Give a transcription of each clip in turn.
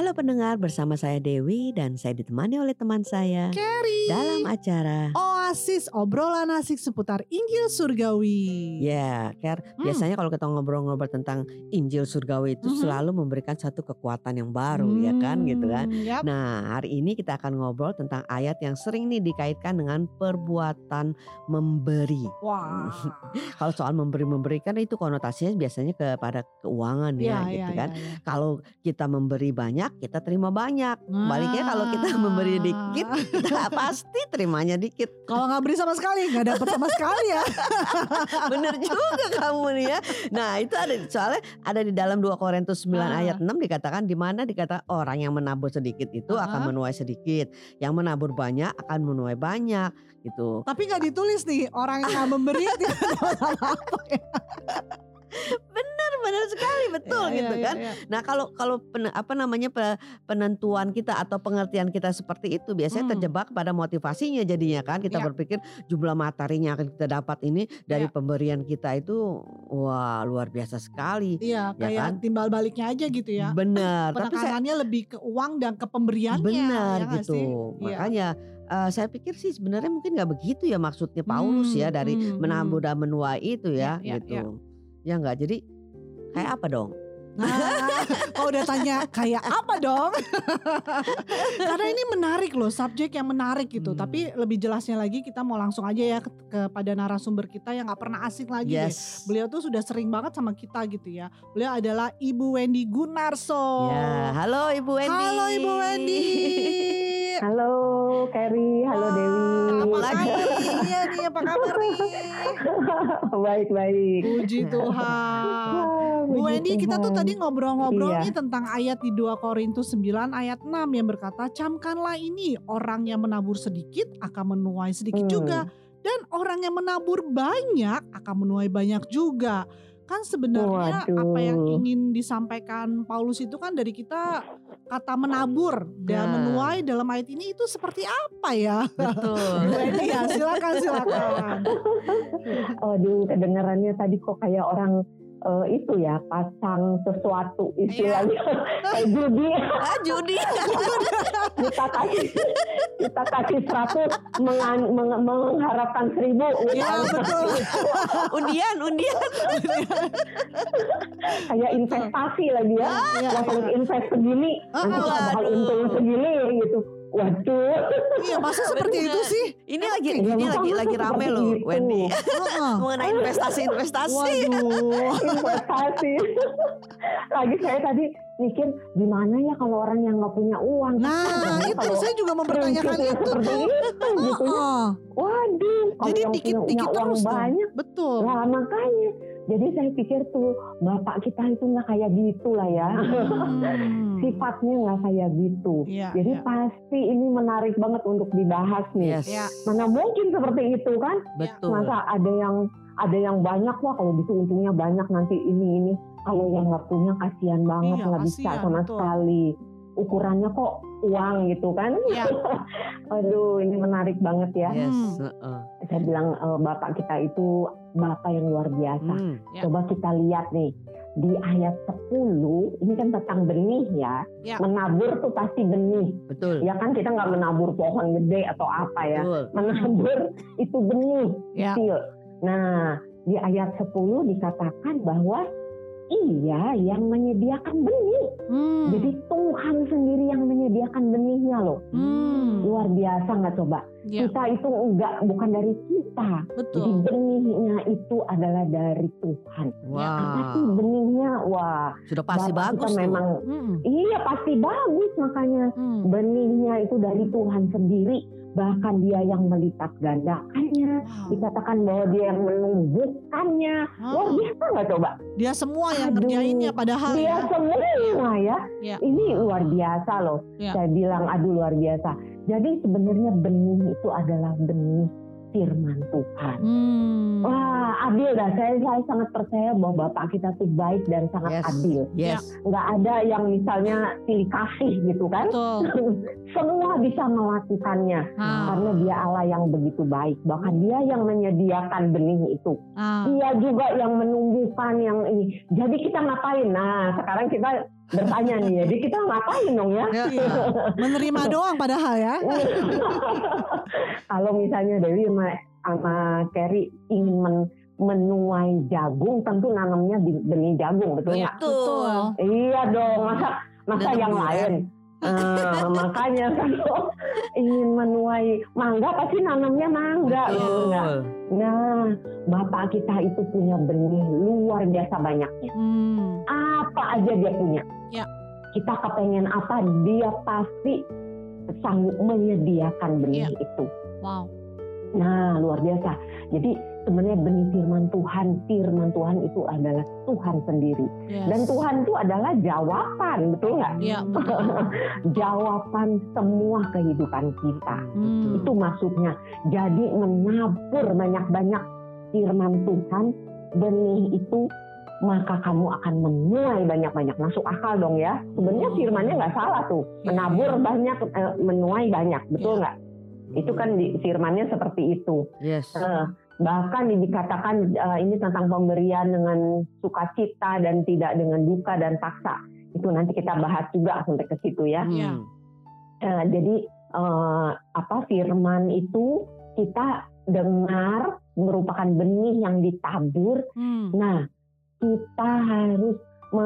Halo pendengar, bersama saya Dewi dan saya ditemani oleh teman saya Carrie. dalam acara Oasis obrolan asik seputar Injil Surgawi. Ya, Ker, biasanya kalau kita ngobrol-ngobrol tentang Injil Surgawi itu selalu memberikan satu kekuatan yang baru ya kan gitu kan. Yap. Nah, hari ini kita akan ngobrol tentang ayat yang sering nih dikaitkan dengan perbuatan memberi. Wah. Kalau soal memberi kan itu konotasinya biasanya kepada keuangan ya gitu kan. Kalau kita memberi banyak, kita terima banyak. Baliknya kalau kita memberi dikit, kita pasti terimanya dikit. Kalau nggak beri sama sekali, nggak dapat sama sekali ya. Bener juga kamu nih ya. Nah itu ada, soalnya ada di dalam 2 Korintus 9 ayat 6 dikatakan, di mana dikatakan orang yang menabur sedikit itu akan menuai sedikit, yang menabur banyak akan menuai banyak gitu. Tapi nggak ditulis nih orang yang memberi tidak dapat apa-apa ya. Benar sekali, betul gitu kan. Nah kalau penentuan kita atau pengertian kita seperti itu biasanya terjebak pada motivasinya jadinya kan. Kita berpikir jumlah materinya akan kita dapat ini dari pemberian kita itu wah luar biasa sekali. Iya, ya kayak kan? timbal baliknya aja gitu ya. Benar. Penekanannya lebih ke uang dan ke pemberiannya. Benar ya gitu. sih? Makanya saya pikir sih sebenarnya mungkin nggak begitu ya maksudnya Paulus ya dari menabur dan menuai itu ya gitu. Ya enggak, jadi kayak apa dong? Nah, kalau udah tanya kayak apa dong? Karena ini menarik loh, subjek yang menarik gitu. Tapi lebih jelasnya lagi kita mau langsung aja ya kepada narasumber kita yang gak pernah asing lagi deh. Beliau tuh sudah sering banget sama kita gitu ya. Beliau adalah Ibu Wendy Gunarso. Ya, halo Ibu Wendy. Halo Ibu Wendy. Halo Carrie, halo Dewi. Ketemu lagi. Iya nih, apa kabar nih? Baik-baik. Puji Tuhan. Bu Wendy, kita tuh tadi ngobrol-ngobrol nih tentang ayat di 2 Korintus 9 ayat 6 yang berkata, camkanlah ini, orang yang menabur sedikit akan menuai sedikit juga, dan orang yang menabur banyak akan menuai banyak juga. Kan sebenarnya apa yang ingin disampaikan Paulus itu kan dari kita kata menabur dan menuai dalam ayat ini itu seperti apa ya? Betul. Bu Wendy ya, silakan. Aduh, kedengarannya tadi kok kayak orang itu ya, pasang sesuatu istilahnya kayak judi. Judi. kita kasih 100 mengharapkan 1000. Iya betul. Undian. Kayak investasi lagi ya. Kalau invest segini, nanti bakal untung segini gitu. Waduh. Iya, masa seperti itu sih? Ini lagi rame loh Wendy. Mengenai investasi. Waduh. Investasi. Lagi saya tadi mikir gimana ya kalau orang yang nggak punya uang. Nah itu saya juga mempertanyakan itu. Gitu. Waduh. Jadi Kalau dikit-dikit terus banyak. Betul. Nah makanya. Jadi saya pikir tuh bapak kita itu nggak kayak gitu lah ya. Sifatnya nggak kayak gitu. Jadi pasti ini menarik banget untuk dibahas nih. Mana mungkin seperti itu kan? Betul. Masa ada yang banyak wah kalau gitu untungnya banyak nanti ini. Kalau yang nggak punya kasihan banget nggak bisa sama sekali. Ukurannya kok uang gitu kan? Aduh ini menarik banget ya. Saya bilang bapak kita itu bapak yang luar biasa. Coba kita lihat nih di ayat 10 ini kan tentang benih ya. Menabur tuh pasti benih. Betul. Ya kan kita nggak menabur pohon gede atau apa ya. Betul. Menabur itu benih kecil. Nah di ayat 10 dikatakan bahwa iya yang menyediakan benih. Jadi Tuhan sendiri yang menyediakan benihnya loh. Luar biasa nggak coba? Kita itu bukan dari kita. Jadi benihnya itu adalah dari Tuhan. Apa sih benihnya? Wah, sudah pasti bagus tuh. Memang, iya pasti bagus makanya. Benihnya itu dari Tuhan sendiri. Bahkan dia yang melipat gandakannya. Dikatakan bahwa dia yang menumbuhkannya. Luar biasa nggak coba? Dia semua yang ngerjainnya padahal dia semua ya. Ini luar biasa loh. Saya bilang luar biasa. Jadi sebenarnya benih itu adalah benih firman Tuhan. Wah adil dah. Saya sangat percaya bahwa Bapak kita tuh baik dan sangat adil. Nggak ada yang misalnya pilih kasih gitu kan. Semua bisa melakukannya karena dia Allah yang begitu baik. Bahkan dia yang menyediakan benih itu. Dia juga yang menumbuhkan yang ini. Jadi kita ngapain? Nah sekarang kita bertanya nih, jadi kita ngapain dong ya? Menerima doang padahal ya. Kalau misalnya Dewi sama Kerry ingin menuai jagung, tentu nanamnya di benih jagung, betul nggak? Betul. Iya dong, masa yang lain. Makanya kalau ingin menuai mangga pasti nanamnya mangga, betul nggak? Nah, Bapak kita itu punya benih luar biasa banyaknya. Apa aja dia punya. Kita kepengen apa, dia pasti sanggup menyediakan benih itu. Wow. Nah, luar biasa. Jadi sebenarnya benih firman Tuhan itu adalah Tuhan sendiri. Dan Tuhan itu adalah jawaban, betul nggak? Iya, betul. Jawaban semua kehidupan kita. Itu maksudnya. Jadi menabur banyak-banyak firman Tuhan, benih itu, maka kamu akan menuai banyak-banyak. Masuk akal dong ya. Sebenarnya firmannya nggak salah tuh. Menabur banyak, menuai banyak, betul nggak? Itu kan firmannya seperti itu. Yes. Bahkan dikatakan ini tentang pemberian dengan sukacita dan tidak dengan duka dan paksa. Itu nanti kita bahas juga sampai ke situ ya. Jadi firman itu kita dengar merupakan benih yang ditabur. Nah, kita harus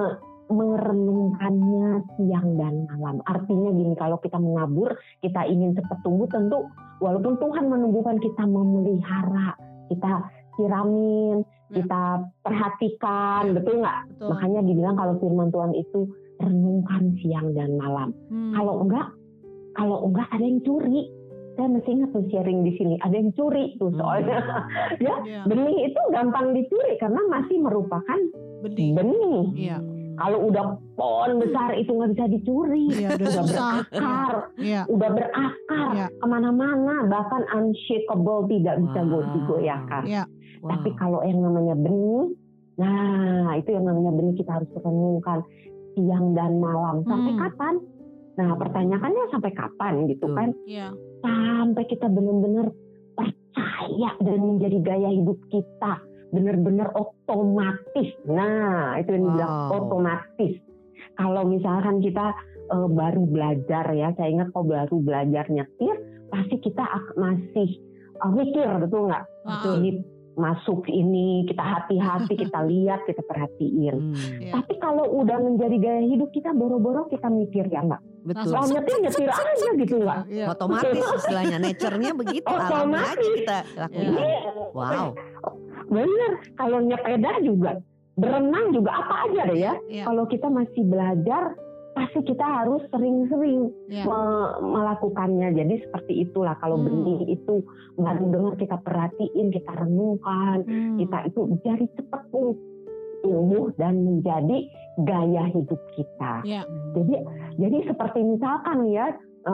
merenungkannya siang dan malam. Artinya gini, kalau kita menabur, kita ingin cepat tumbuh, tentu walaupun Tuhan menumbuhkan, kita memelihara, kita siramin, kita perhatikan, betul nggak? Makanya dibilang kalau firman Tuhan itu renungkan siang dan malam. Kalau enggak ada yang curi. Saya mesti ingat tuh sharing di sini, ada yang curi tuh soalnya. Benih itu gampang dicuri karena masih merupakan benih. Kalau udah pohon besar itu nggak bisa dicuri, udah berakar, udah berakar kemana-mana, bahkan unshakable, tidak bisa digoyahkan. Tapi kalau yang namanya benih, nah itu yang namanya benih, kita harus renungkan siang dan malam. Sampai kapan? Nah pertanyaannya sampai kapan gitu kan? Sampai kita benar-benar percaya dan menjadi gaya hidup kita benar-benar otomatis. Nah, itu yang dibilang otomatis. Kalau misalkan kita baru belajar ya, saya ingat kalau baru belajar nyetir, pasti kita masih mikir, betul nggak? Ini masuk ini, kita hati-hati, kita lihat, kita perhatiin. Tapi kalau udah menjadi gaya hidup kita, boro-boro kita mikir ya nggak? Betul. Nyetir aja gitu nggak? Otomatis istilahnya, nature-nya begitu. Otomatis kita lakuin. Wow. Bener, kalau nyepeda juga, berenang juga, apa aja deh ya. Kalau kita masih belajar, pasti kita harus sering-sering melakukannya. Jadi seperti itulah kalau benih itu baru dengar, kita perhatiin, kita renungkan, kita itu jadi cepat tumbuh dan menjadi gaya hidup kita. Jadi seperti misalkan ya,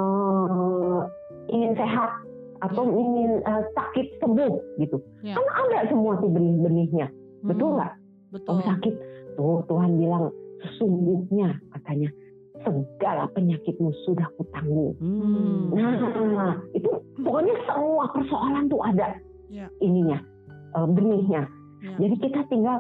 ingin sehat atau ingin sakit sembuh gitu, kan ada semua tuh benih-benihnya, betul nggak? Betul. Sakit tuh Tuhan bilang sesungguhnya katanya segala penyakitmu sudah kutanggung. Nah itu pokoknya semua persoalan tuh ada ininya, benihnya. Jadi kita tinggal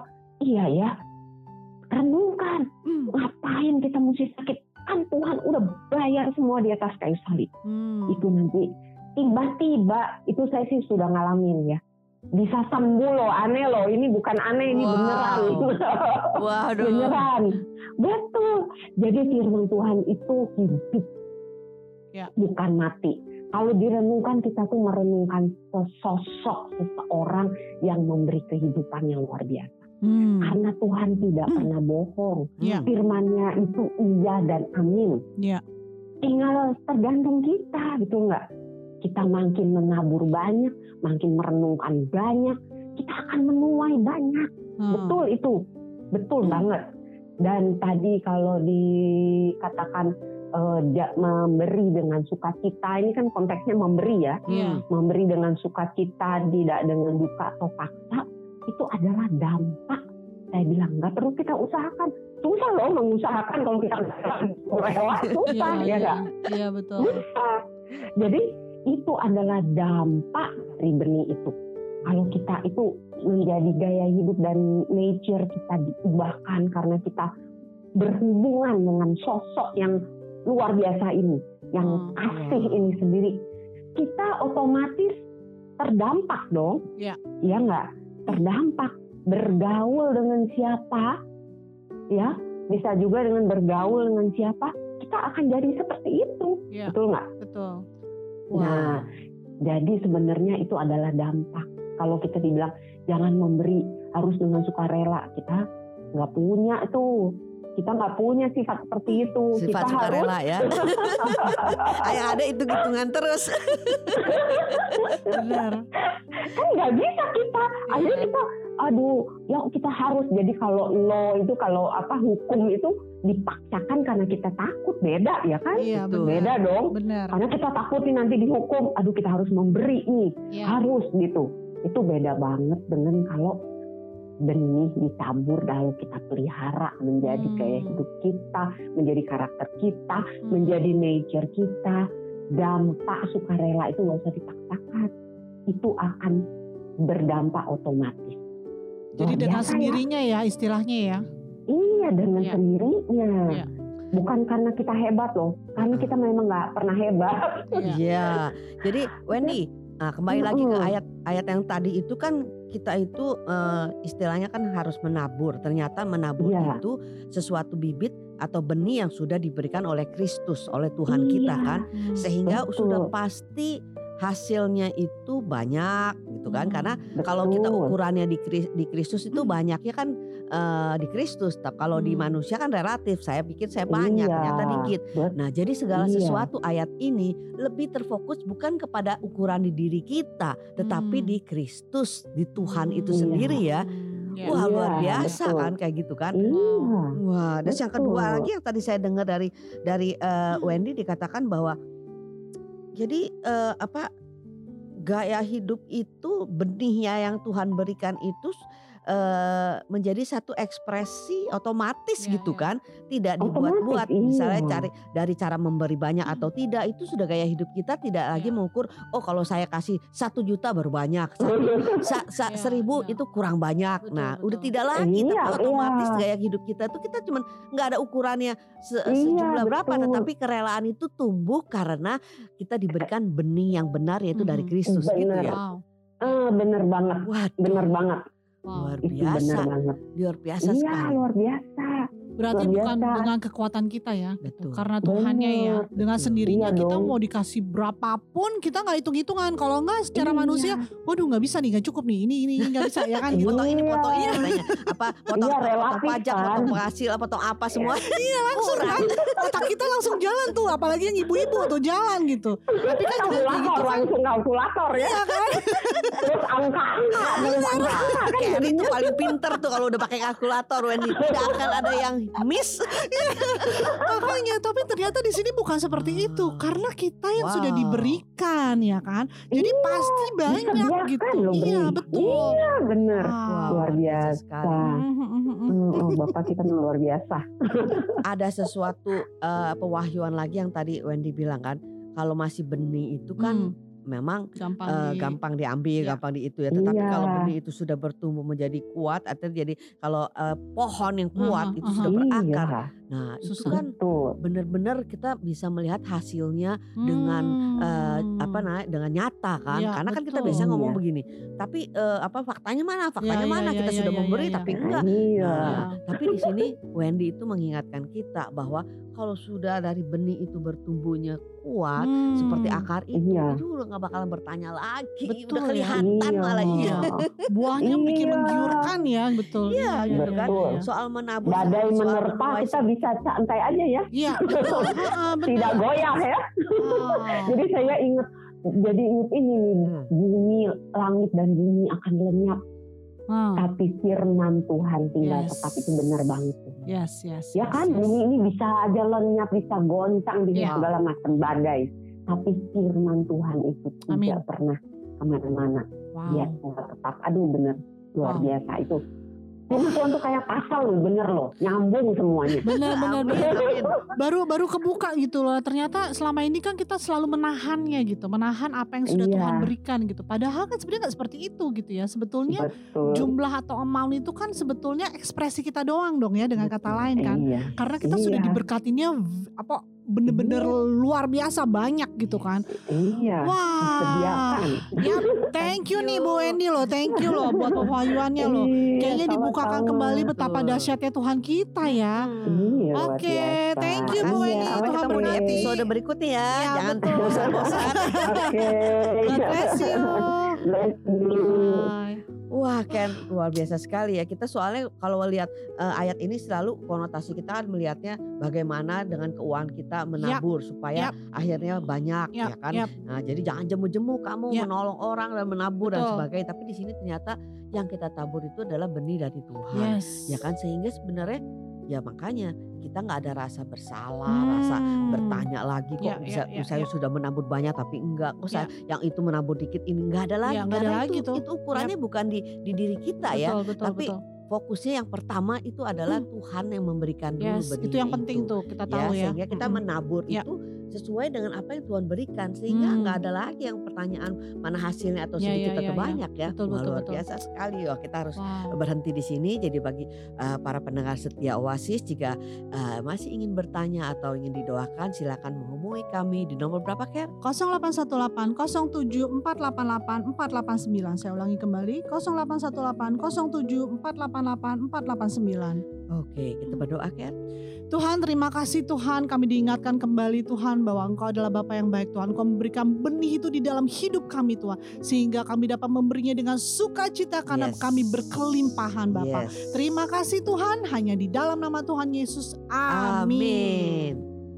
renungkan, ngapain kita mesti sakit? Kan Tuhan udah bayar semua di atas kayu salib. Itu nanti tiba-tiba, itu saya sih sudah ngalamin ya, bisa sembuh loh, aneh loh, ini bukan aneh, ini beneran. Waduh. Beneran, betul. Jadi firman Tuhan itu hidup, bukan mati. Kalau direnungkan, kita tuh merenungkan sosok seseorang yang memberi kehidupan yang luar biasa. Karena Tuhan tidak pernah bohong. Firman-Nya itu iya dan amin. Tinggal tergantung kita, gitu nggak? Kita makin menabur banyak, makin merenungkan banyak, kita akan menuai banyak. Betul itu, betul banget. Dan tadi kalau dikatakan memberi dengan sukacita, ini kan konteksnya memberi ya. Memberi dengan sukacita, tidak dengan duka atau paksa, itu adalah dampak. Saya bilang nggak perlu kita usahakan. Susah loh mengusahakan kalau kita rela, susah ya nggak? Iya betul. Susah. Jadi itu adalah dampak dari benih itu. Kalau kita itu menjadi gaya hidup dan nature kita diubahkan karena kita berhubungan dengan sosok yang luar biasa ini, yang kasih ini sendiri, kita otomatis terdampak dong. Iya nggak? Terdampak. Bergaul dengan siapa, ya, bisa juga dengan bergaul dengan siapa, kita akan jadi seperti itu, betul nggak? Betul. Nah, jadi sebenarnya itu adalah dampak. Kalau kita dibilang jangan memberi, harus dengan sukarela, kita nggak punya itu. Kita nggak punya sifat seperti itu. Sifat kita sukarela harus, ya. Yang ada hitung-hitungan terus. Benar. Kan nggak bisa kita. Akhirnya kita, ya kita harus. Jadi kalau law itu, kalau hukum itu dipaksakan karena kita takut, beda ya kan? Iya, beda dong. Benar. Karena kita takutin nanti dihukum. Kita harus memberi nih, harus gitu. Itu beda banget dengan kalau benih ditabur lalu kita pelihara menjadi gaya hidup kita, menjadi karakter kita, menjadi nature kita. Dampak sukarela itu nggak usah dipaksakan, itu akan berdampak otomatis. Jadi dengan sendirinya ya istilahnya ya. Iya, dengan sendirinya. Bukan karena kita hebat loh, karena kita memang nggak pernah hebat. Iya. Jadi Wendy, kembali lagi ke ayat yang tadi itu kan, kita itu istilahnya kan harus menabur. Ternyata menabur itu sesuatu bibit atau benih yang sudah diberikan oleh Kristus, oleh Tuhan kita kan. Sehingga sudah pasti hasilnya itu banyak gitu kan. Karena kalau kita ukurannya di Kristus itu banyaknya kan di Kristus. Tapi kalau di manusia kan relatif. Saya pikir saya banyak, ternyata dikit. Nah, jadi segala sesuatu ayat ini lebih terfokus bukan kepada ukuran di diri kita, tetapi di Kristus, di Tuhan itu sendiri ya. Wah, luar biasa kan kayak gitu kan. Wah, dan yang kedua lagi yang tadi saya dengar dari Wendy dikatakan bahwa jadi gaya hidup itu, benihnya yang Tuhan berikan itu menjadi satu ekspresi otomatis gitu kan, tidak dibuat-buat. Misalnya dari cara memberi banyak atau tidak, itu sudah gaya hidup kita, tidak lagi mengukur kalau saya kasih 1 juta baru banyak, 1.000 itu kurang banyak. Nah, udah tidak lagi, tapi otomatis gaya hidup kita tuh kita cuman nggak ada ukurannya sejumlah berapa, tetapi kerelaan itu tumbuh karena kita diberikan benih yang benar, yaitu dari Kristus gitu ya. Bener banget. Bener banget. Luar biasa, luar biasa sekali. Iya, luar biasa. Berarti bukan dengan kekuatan kita ya. Betul. Karena Tuhannya ya. Dengan sendirinya kita mau dikasih berapapun, kita nggak hitung-hitungan. Kalau nggak secara manusia, waduh nggak bisa nih, nggak cukup nih, ini nggak bisa ya kan. Foto ini, foto ini katanya. Potong pajak, potong penghasilan, potong apa semua. Iya, langsung kan. Otak kita langsung jalan tuh, apalagi yang ibu-ibu tuh jalan gitu. Tapi kan langsung kalkulator ya. Iya kan. Terus angka-angka. Kayak itu paling pinter tuh kalau udah pakai kalkulator, Wendy. Tidak akan ada yang miss. Makanya, tapi ternyata di sini bukan seperti itu, karena kita yang sudah diberikan ya kan. Jadi pasti banyak gitu. Iya, betul. Iya, benar. Luar biasa. Bapak kita luar biasa. Ada sesuatu pewahyuan lagi yang tadi Wendy bilang kan, kalau masih benih itu kan memang gampang diambil, gampang di itu ya. Tetapi kalau benih itu sudah bertumbuh menjadi kuat, atau jadi kalau pohon yang kuat itu sudah berakar. Nah, itu kan benar-benar kita bisa melihat hasilnya dengan dengan nyata kan. Karena kan kita biasa ngomong begini. Tapi faktanya mana? Faktanya mana? Kita sudah memberi tapi enggak. Nah, tapi di sini Wendy itu mengingatkan kita bahwa kalau sudah dari benih itu bertumbuhnya kuat seperti akar itu udah nggak bakalan bertanya lagi. Udah kelihatan malah buahnya bikin menggiurkan ya. Betul. Iya, kan. Soal menabur, badai menerpa, kita bisa santai aja ya. Iya, betul. Tidak goyah ya. Jadi saya ingat ini nih, bumi, langit dan bumi akan lenyap. Tapi firman Tuhan tinggal tetap, itu benar banget. Yes. Ya kan, bumi ini bisa aja lenyap, bisa goncang dengan segala macam badai. Tapi firman Tuhan itu tidak pernah kemana-mana. Dia tetap. Aduh, benar luar biasa itu. Firman Tuhan tuh kayak pasal loh, bener loh, nyambung semuanya. Bener. Baru kebuka gitu loh. Ternyata selama ini kan kita selalu menahannya gitu, menahan apa yang sudah Tuhan berikan gitu. Padahal kan sebenarnya nggak seperti itu gitu ya. Sebetulnya jumlah atau amount itu kan sebetulnya ekspresi kita doang dong ya, dengan kata lain kan. Karena kita sudah diberkatinya bener-bener luar biasa banyak gitu kan. Wah, ya thank you nih Bu Wendy loh, thank you loh buat pewahyuannya loh. Kayaknya dibukakan kembali betapa dahsyatnya Tuhan kita ya. Oke, thank you Bu Wendy. Sampai ketemu di episode berikutnya ya. Jangan bosan-bosan. God bless you. Bye. Wah Ken, luar biasa sekali ya. Kita soalnya kalau lihat ayat ini selalu konotasi kita kan melihatnya bagaimana dengan keuangan kita menabur supaya akhirnya banyak ya kan. Nah, jadi jangan jemu-jemu kamu menolong orang dan menabur dan sebagainya. Tapi di sini ternyata yang kita tabur itu adalah benih dari Tuhan. Ya kan, sehingga sebenarnya ya makanya kita nggak ada rasa bersalah, rasa bertanya lagi kok saya sudah menabur banyak tapi enggak, kok saya yang itu menabur dikit ini enggak ada lagi. Karena itu ukurannya bukan di diri kita tapi fokusnya yang pertama itu adalah Tuhan yang memberikan dulu benih itu yang penting tuh kita tahu ya. Sehingga kita menabur itu sesuai dengan apa yang Tuhan berikan, sehingga nggak ada lagi yang pertanyaan mana hasilnya atau sedikit atau banyak ya. Luar biasa sekali. Kita harus berhenti di sini. Jadi bagi para pendengar setia Oasis, jika masih ingin bertanya atau ingin didoakan, silakan menghubungi kami di nomor berapa Ker? 0818 07 488 489. Saya ulangi kembali 0818 07 488 489. Oke, kita berdoa Ker. Tuhan, terima kasih Tuhan, kami diingatkan kembali Tuhan bahwa Engkau adalah Bapa yang baik Tuhan. Engkau memberikan benih itu di dalam hidup kami Tuhan, sehingga kami dapat memberinya dengan sukacita karena kami berkelimpahan Bapa. Terima kasih Tuhan, hanya di dalam nama Tuhan Yesus. Amin.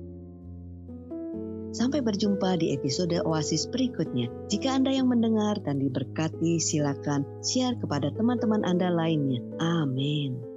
Sampai berjumpa di episode Oasis berikutnya. Jika Anda yang mendengar dan diberkati, silakan share kepada teman-teman Anda lainnya. Amin.